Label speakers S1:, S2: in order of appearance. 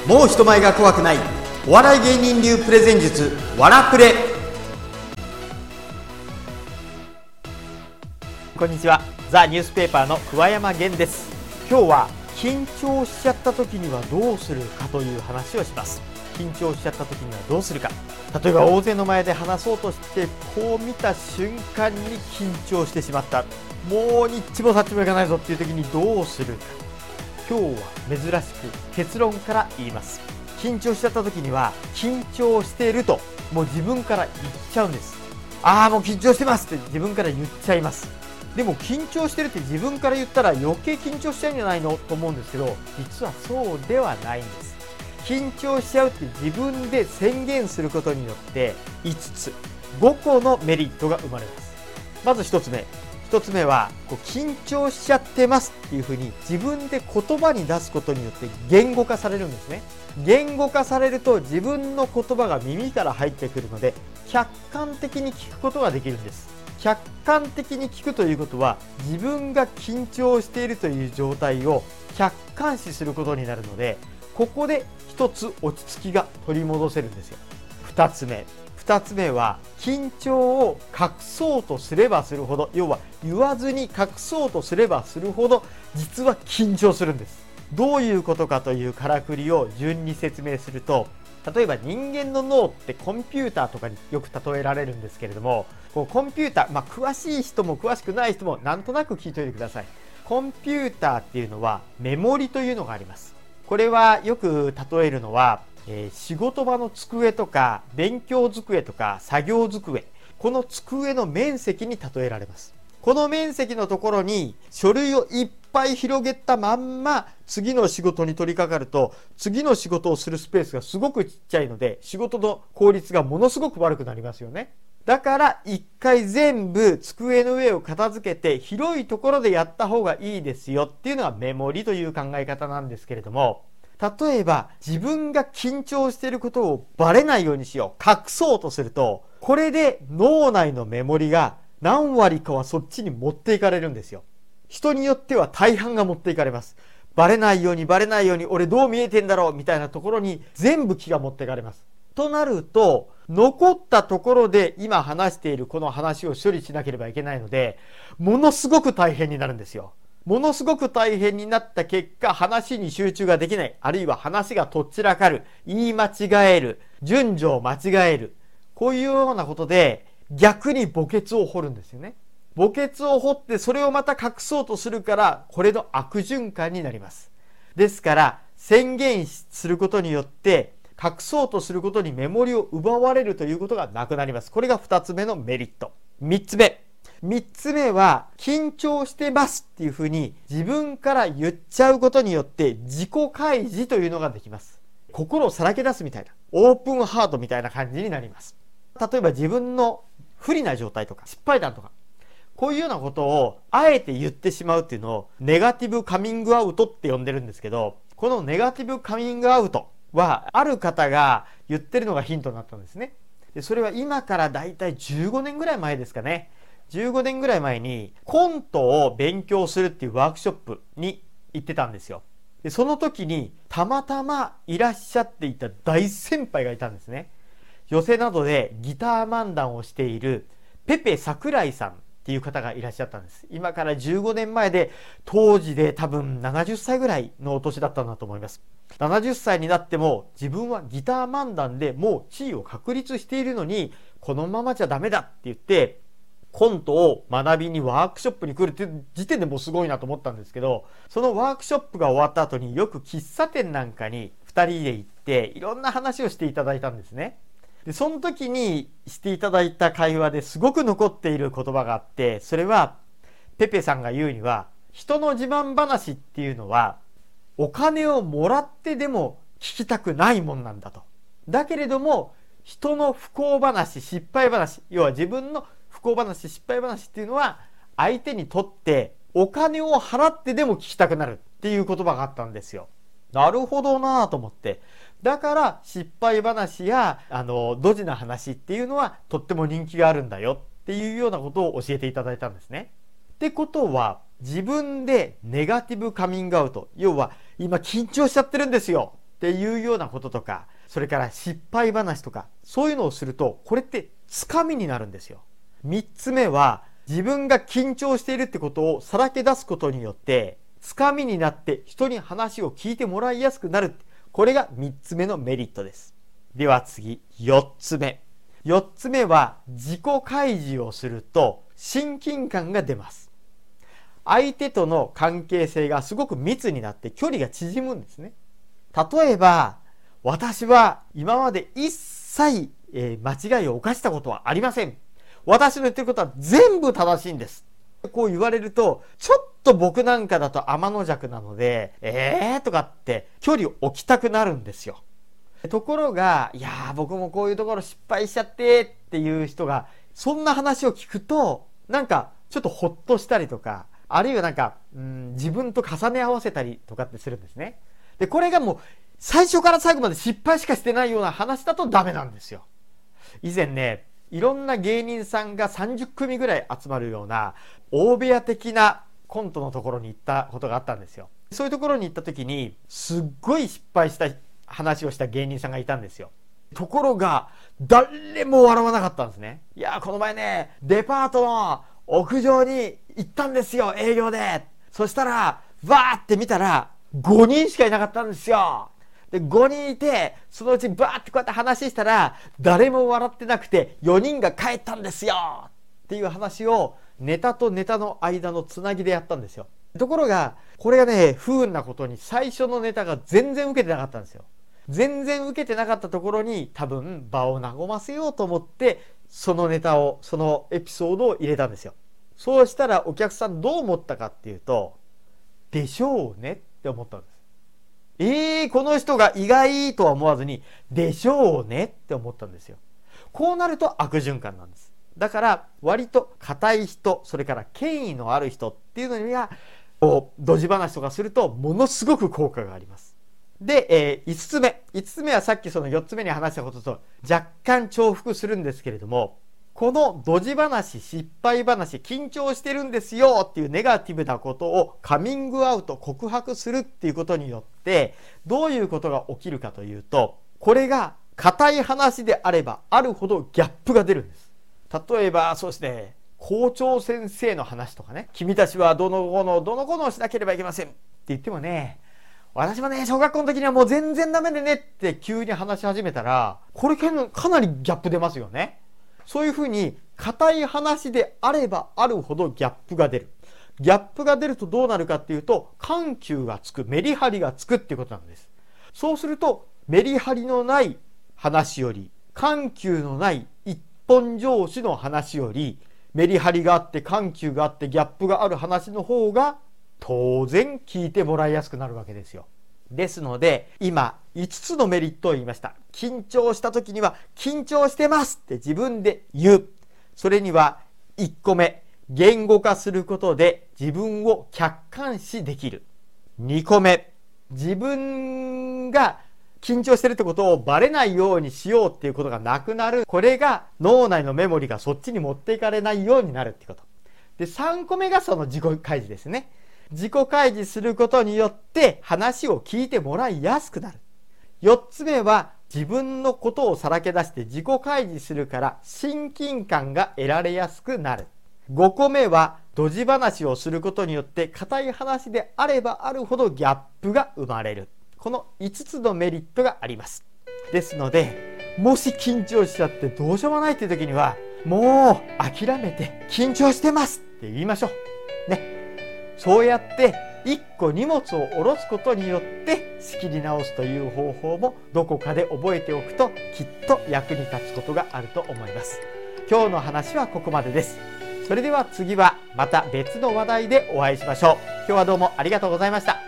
S1: もう人前が怖くないお笑い芸人流プレゼン術わらプレ。こんにちは、ザ・ニュースペーパーの桑山源です。今日は緊張しちゃった時にはどうするかという話をします。緊張しちゃった時にはどうするか。例えば大勢の前で話そうとしてこう見た瞬間に緊張してしまった、もうにっちもさっちもいかないぞっていう時にどうするか。今日は珍しく結論から言います。緊張しちゃった時には緊張しているともう自分から言っちゃうんです。もう緊張してますって自分から言っちゃいます。でも緊張してるって自分から言ったら余計緊張しちゃうんじゃないのと思うんですけど、実はそうではないんです。緊張しちゃうって自分で宣言することによって5個のメリットが生まれます。まず1つ目は緊張しちゃってますっていうふうに自分で言葉に出すことによって言語化されるんですね。言語化されると自分の言葉が耳から入ってくるので客観的に聞くことができるんです。客観的に聞くということは自分が緊張しているという状態を客観視することになるので、ここで一つ落ち着きが取り戻せるんですよ。2つ目は緊張を隠そうとすればするほど、要は言わずに隠そうとすればするほど実は緊張するんです。どういうことかというからくりを順に説明すると、例えば人間の脳ってコンピューターとかによく例えられるんですけれども、コンピューター、詳しい人も詳しくない人もなんとなく聞いておいてください。コンピューターっていうのはメモリというのがあります。これはよく例えるのは仕事場の机とか勉強机とか作業机、この机の面積に例えられます。この面積のところに書類をいっぱい広げたまんま次の仕事に取り掛かると、次の仕事をするスペースがすごくちっちゃいので仕事の効率がものすごく悪くなりますよね。だから一回全部机の上を片付けて広いところでやった方がいいですよっていうのがメモリという考え方なんですけれども、例えば自分が緊張していることをバレないようにしよう、隠そうとすると、これで脳内のメモリが何割かはそっちに持っていかれるんですよ。人によっては大半が持っていかれます。バレないように俺どう見えてんだろうみたいなところに全部気が持っていかれます。となると残ったところで今話しているこの話を処理しなければいけないので、ものすごく大変になるんですよ。ものすごく大変になった結果、話に集中ができない、あるいは話がとっちらかる、言い間違える、順序を間違える、こういうようなことで逆に墓穴を掘るんですよね。墓穴を掘ってそれをまた隠そうとするから、これの悪循環になります。ですから宣言することによって隠そうとすることにメモリを奪われるということがなくなります。これが2つ目のメリット。3つ目は緊張してますっていうふうに自分から言っちゃうことによって自己開示というのができます。心をさらけ出すみたいな、オープンハートみたいな感じになります。例えば自分の不利な状態とか失敗談とか、こういうようなことをあえて言ってしまうっていうのをネガティブカミングアウトって呼んでるんですけど、このネガティブカミングアウトはある方が言ってるのがヒントになったんですね。でそれは今からだいたい15年ぐらい前ですかね。15年ぐらい前にコントを勉強するっていうワークショップに行ってたんですよ。でその時にたまたまいらっしゃっていた大先輩がいたんですね。寄席などでギター漫談をしているペペ桜井さんっていう方がいらっしゃったんです。今から15年前で、当時で多分70歳ぐらいのお年だったんだと思います。70歳になっても自分はギター漫談でもう地位を確立しているのに、このままじゃダメだって言ってコントを学びにワークショップに来るっていう時点でもうすごいなと思ったんですけど、そのワークショップが終わった後によく喫茶店なんかに2人で行っていろんな話をしていただいたんですね。でその時にしていただいた会話ですごく残っている言葉があって、それはペペさんが言うには、人の自慢話っていうのはお金をもらってでも聞きたくないもんなんだと。だけれども人の不幸話、失敗話、要は自分の不幸話、失敗話っていうのは相手にとってお金を払ってでも聞きたくなるっていう言葉があったんですよ。なるほどなぁと思って、だから失敗話やドジな話っていうのはとっても人気があるんだよっていうようなことを教えていただいたんですね。ってことは自分でネガティブカミングアウト、要は今緊張しちゃってるんですよ、 っていうようなこととか、それから失敗話とか、そういうのをすると、これってつかみになるんですよ。3つ目は、自分が緊張しているってことをさらけ出すことによって、つかみになって人に話を聞いてもらいやすくなる。これが3つ目のメリットです。では次、4つ目。4つ目は、自己開示をすると親近感が出ます。相手との関係性がすごく密になって距離が縮むんですね。例えば、私は今まで一切間違いを犯したことはありません。私の言ってることは全部正しいんです。こう言われると、ちょっと僕なんかだと天の弱なので、とかって距離を置きたくなるんですよ。ところが、いやー僕もこういうところ失敗しちゃってっていう人が、そんな話を聞くと、なんかちょっとほっとしたりとか、あるいはなんか、自分と重ね合わせたりとかってするんですね。で、これがもう最初から最後まで失敗しかしてないような話だとダメなんですよ。以前ね、いろんな芸人さんが30組ぐらい集まるような大部屋的なコントのところに行ったことがあったんですよ。そういうところに行った時にすっごい失敗した話をした芸人さんがいたんですよ。ところが誰も笑わなかったんですね。いやこの前ねデパートの屋上に行ったんですよ、営業で。そしたらわーって見たら5人しかいなかったんですよ。で5人いて、そのうちバーってこうやって話したら誰も笑ってなくて4人が帰ったんですよっていう話をネタとネタの間のつなぎでやったんですよ。ところがこれがね、不運なことに最初のネタが全然受けてなかったんですよ。全然受けてなかったところに多分場を和ませようと思ってそのネタを、そのエピソードを入れたんですよ。そうしたらお客さんどう思ったかっていうと、でしょうねって思ったんです。この人が意外とは思わずにでしょうねって思ったんですよ。こうなると悪循環なんです。だから割と硬い人、それから権威のある人っていうのにはドジ話とかするとものすごく効果があります。で、5つ目はさっきその4つ目に話したことと若干重複するんですけれども、このドジ話、失敗話、緊張してるんですよっていうネガティブなことをカミングアウト、告白するっていうことによってどういうことが起きるかというと、これが硬い話であればあるほどギャップが出るんです。例えばそうですね、校長先生の話とかね、君たちはどの子のをしなければいけませんって言ってもね、私もね小学校の時にはもう全然ダメでねって急に話し始めたら、これかなりギャップ出ますよね。そういうふうに硬い話であればあるほどギャップが出る。ギャップが出るとどうなるかっていうと、緩急がつく、メリハリがつくっていうことなんです。そうするとメリハリのない話より、緩急のない一本上司の話より、メリハリがあって緩急があってギャップがある話の方が当然聞いてもらいやすくなるわけですよ。ですので今5つのメリットを言いました。緊張した時には緊張してますって自分で言う。それには1個目、言語化することで自分を客観視できる。2個目、自分が緊張してるってことをバレないようにしようっていうことがなくなる。これが脳内のメモリがそっちに持っていかれないようになるってこと。で、3個目がその自己開示ですね。自己開示することによって話を聞いてもらいやすくなる。4つ目は自分のことをさらけ出して自己開示するから親近感が得られやすくなる。5個目はドジ話をすることによって硬い話であればあるほどギャップが生まれる。この5つのメリットがあります。ですので、もし緊張しちゃってどうしようもないっていう時にはもう諦めて緊張してますって言いましょうね。そうやって1個荷物を下ろすことによって仕切り直すという方法もどこかで覚えておくときっと役に立つことがあると思います。今日の話はここまでです。それでは次はまた別の話題でお会いしましょう。今日はどうもありがとうございました。